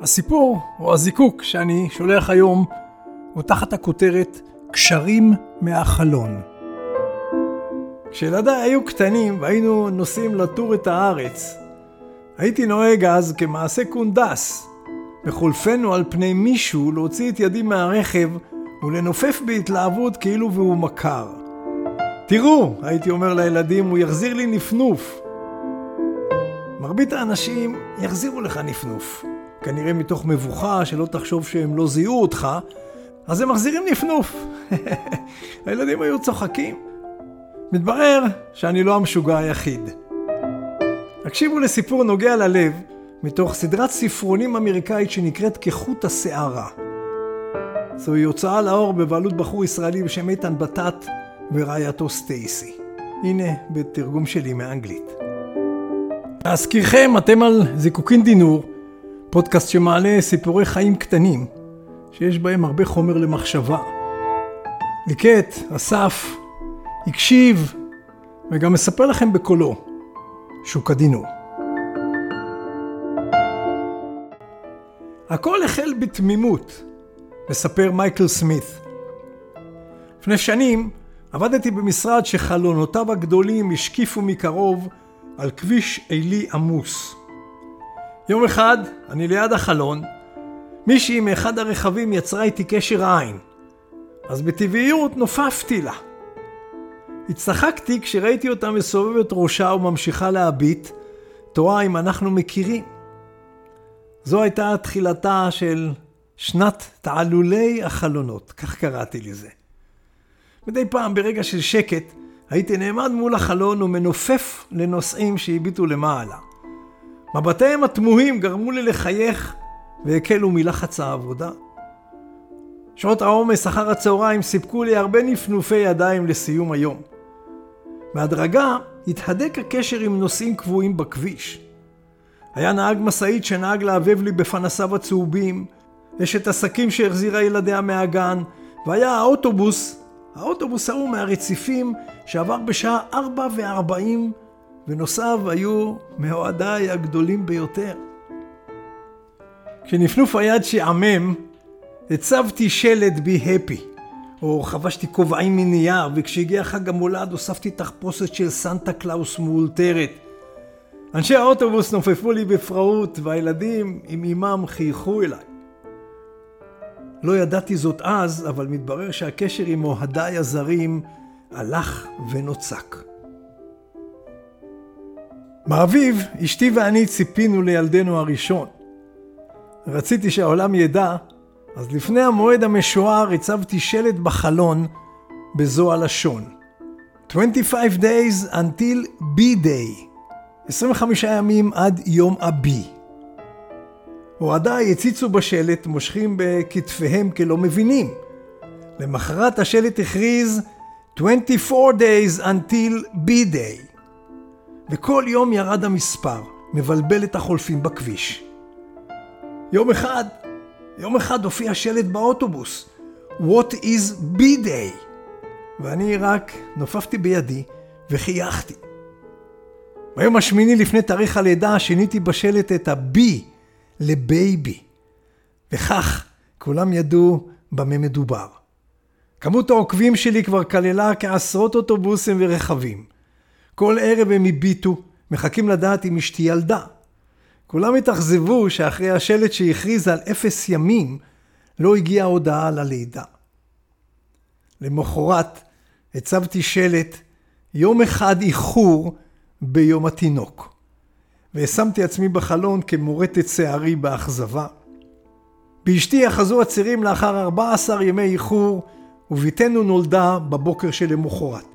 הסיפור או הזיקוק שאני שולח היום הוא תחת הכותרת קשרים מהחלון. כשילדיי היו קטנים והיינו נוסעים לטור את הארץ, הייתי נוהג אז כמעשה קונדס וחולפנו על פני מישהו להוציא את ידי מהרכב ולנופף בהתלהבות כאילו והוא מכר. תראו, הייתי אומר לילדים, הוא יחזיר לי נפנוף. מרבית האנשים יחזירו לך נפנוף, כנראה מתוך מבוכה שלא תחשוב שהם לא זיהו אותך, אז הם מחזירים נפנוף. הילדים היו צוחקים. מתברר שאני לא המשוגע היחיד. הקשיבו לסיפור נוגע ללב מתוך סדרת ספרונים אמריקאית שנקראת כחוט השערה. זוהי הוצאה לאור בבעלות בחור ישראלי בשם איתן בטט ורעייתו סטייסי. הנה בתרגום שלי מאנגלית. להזכירכם, אתם על זיקוקין דינור, פודקאסט שמעלה סיפורי חיים קטנים שיש בהם הרבה חומר למחשבה. ליקט, אסף, הקשיב וגם מספר לכם בקולו שוק הדינור. הכל החל בתמימות, מספר מייקל סמית. לפני שנים עבדתי במשרד שחלונותיו הגדולים השקיפו מקרוב על כביש עילי עמוס. יום אחד אני ליד החלון, מישהי מאחד הרכבים יצרה איתי קשר עין, אז בטבעיות נופפתי לה. הצחקתי כשראיתי אותה מסובבת ראשה וממשיכה להביט, תוהה אם אנחנו מכירים. זו הייתה תחילתה של שנת תעלולי החלונות, כך קראתי לזה. מדי פעם ברגע של שקט הייתי נעמד מול החלון ומנופף לנוסעים שהביטו למעלה. מבטיהם התמוהים גרמו לי לחייך והקלו מלחץ העבודה. שעות העומס אחר הצהריים סיפקו לי הרבה נפנופי ידיים לסיום היום. בהדרגה התהדק הקשר עם נוסעים קבועים בכביש. היה נהג מסעית שנהג להבב לי בפנסיו הצהובים, אשת עסקים שהחזירה ילדיה מהגן, והיה האוטובוס ההוא מהרציפים שעבר בשעה 4:40, ונוסעיו היו מאוהדיי הגדולים ביותר. כשנפנוף היד שעמם, הצבתי שלט בי הפי, או חבשתי כובעים מנייר, וכשהגיע חג המולד הוספתי תחפושת של סנטה קלאוס מאולתרת. אנשי האוטובוס נופפו לי בפראות, והילדים עם אמם חייכו אליי. לא ידעתי זאת אז, אבל מתברר שהקשר עם אוהדיי הזרים הלך ונוצק. באביב, אשתי ואני ציפינו לילדנו הראשון. רציתי שהעולם ידע, אז לפני המועד המשוער הצבתי שלט בחלון בזו הלשון. 25 days until B-Day. 25 ימים עד יום הבי. אוהדיי הציצו בשלט, מושכים בכתפיהם כלא מבינים. למחרת השלט הכריז 24 days until B-Day. וכל יום ירד המספר, מבלבל את החולפים בכביש. יום אחד הופיע שלט באוטובוס, What is B-Day? ואני רק נופפתי בידי וחייכתי. ביום השמיני לפני תאריך הלידה שיניתי בשלט את ה-B לבייבי. וכך כולם ידעו במה מדובר. כמות העוקבים שלי כבר כללה כעשרות אוטובוסים ורכבים. כל ערב הם הביטו, מחכים לדעת אם אשתי ילדה. כולם התאכזבו שאחרי השלט שהכריז על 0 ימים, לא הגיעה הודעה על הלידה. למחרת הצבתי שלט יום אחד איחור ביום התינוק. ושמתי עצמי בחלון כמורטת שערי באכזבה. באשתי אחזו הצירים לאחר 14 ימי איחור, וביתנו נולדה בבוקר שלמחרת.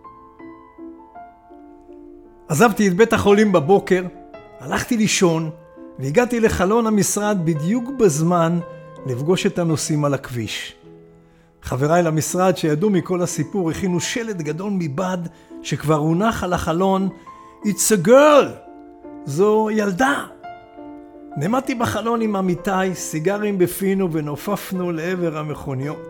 עזבתי את בית החולים בבוקר, הלכתי לישון, והגעתי לחלון המשרד בדיוק בזמן לפגוש את הנוסעים על הכביש. חבריי למשרד שידעו מכל הסיפור הכינו שלט גדול מבד שכבר הונח על החלון, It's a girl! זו ילדה! נעמדתי בחלון עם עמיתיי, סיגרים בפינו ונופפנו לעבר המכוניות.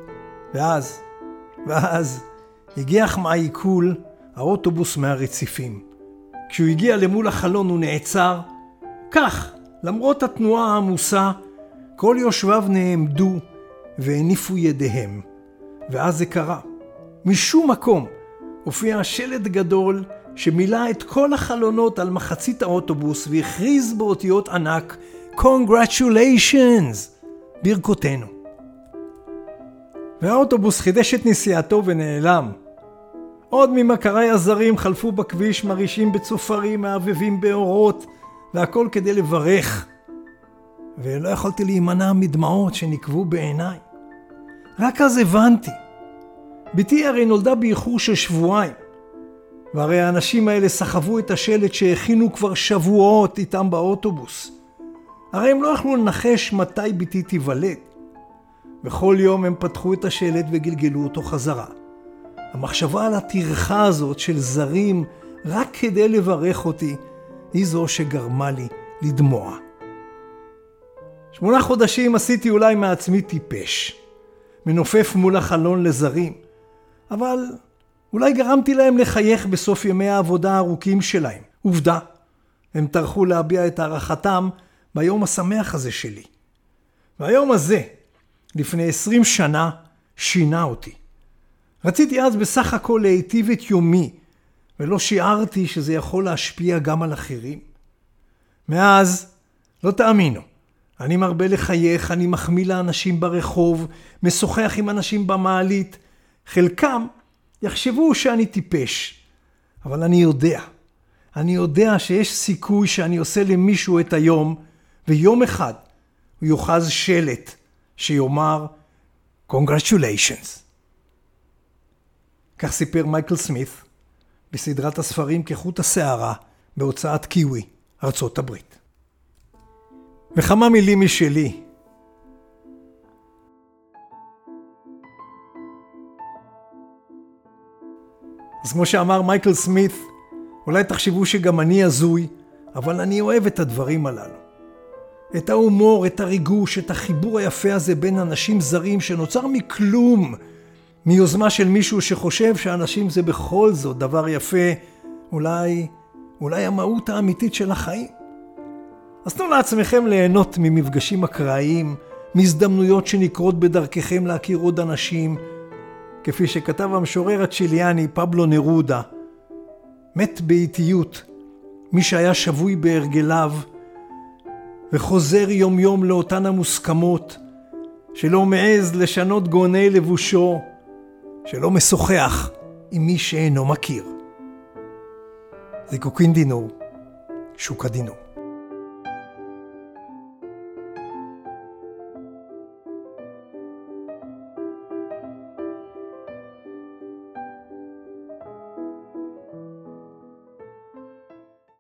ואז הגיח מהעיכול האוטובוס מהרציפים. כשהוא הגיע למול החלון הוא נעצר, כך, למרות התנועה העמוסה, כל יושביו נעמדו והניפו ידיהם. ואז זה קרה. משום מקום הופיע שלט גדול שמילא את כל החלונות על מחצית האוטובוס והכריז באותיות ענק, Congratulations! ברכותינו. והאוטובוס חידש את נסיעתו ונעלם. עוד ממכריי הזרים חלפו בכביש מרישים בצופרים, מעבבים באורות, והכל כדי לברך. ולא יכולתי להימנע מדמעות שנקבו בעיניי. רק אז הבנתי. ביתי הרי נולדה באיחור של שבועיים. והרי האנשים האלה סחבו את השלט שהכינו כבר שבועות איתם באוטובוס. הרי הם לא יכלו לנחש מתי ביתי תיוולד. בכל יום הם פתחו את השלט וגלגלו אותו חזרה. המחשבה על הטרחה הזאת של זרים רק כדי לברך אותי היא זו שגרמה לי לדמוע. 8 חודשים עשיתי אולי מעצמי טיפש. מנופף מול החלון לזרים. אבל אולי גרמתי להם לחייך בסוף ימי העבודה הארוכים שלהם. עובדה, הם טרחו להביע את הערכתם ביום השמח הזה שלי. והיום הזה, לפני 20 שנה, שינה אותי. רציתי אז בסך הכל להיטיב את יומי, ולא שיערתי שזה יכול להשפיע גם על אחרים. מאז, לא תאמינו, אני מרבה לחייך, אני מחמיא לאנשים ברחוב, משוחח עם אנשים במעלית. חלקם יחשבו שאני טיפש, אבל אני יודע שיש סיכוי שאני עושה למישהו את היום, ויום אחד הוא יוחז שלט שיאמר Congratulations. כך סיפר מייקל סמית בסדרת הספרים כחוט השערה בהוצאת קיווי, ארצות הברית. וכמה מילים משלי. אז כמו שאמר מייקל סמית, אולי תחשבו שגם אני הזוי, אבל אני אוהב את הדברים הללו. את ההומור, את הריגוש, את החיבור היפה הזה בין אנשים זרים שנוצר מכלום, מיוזמה של מישהו שחושב שאנשים זה בכל זאת דבר יפה, אולי המהות האמיתית של החיים. אז תנו לעצמכם ליהנות ממפגשים אקראיים, מהזדמנויות שנקרות בדרככם להכיר עוד אנשים, כפי שכתב המשורר הצ'יליאני פבלו נרודה, מת באיטיות מי שהיה שבוי בהרגליו וחוזר יום יום לאותן המוסכמות, שלא מעז לשנות גוני לבושו, שלא משוחח עם מי שאינו מכיר. זיקוקין דינור, שוקה דינור.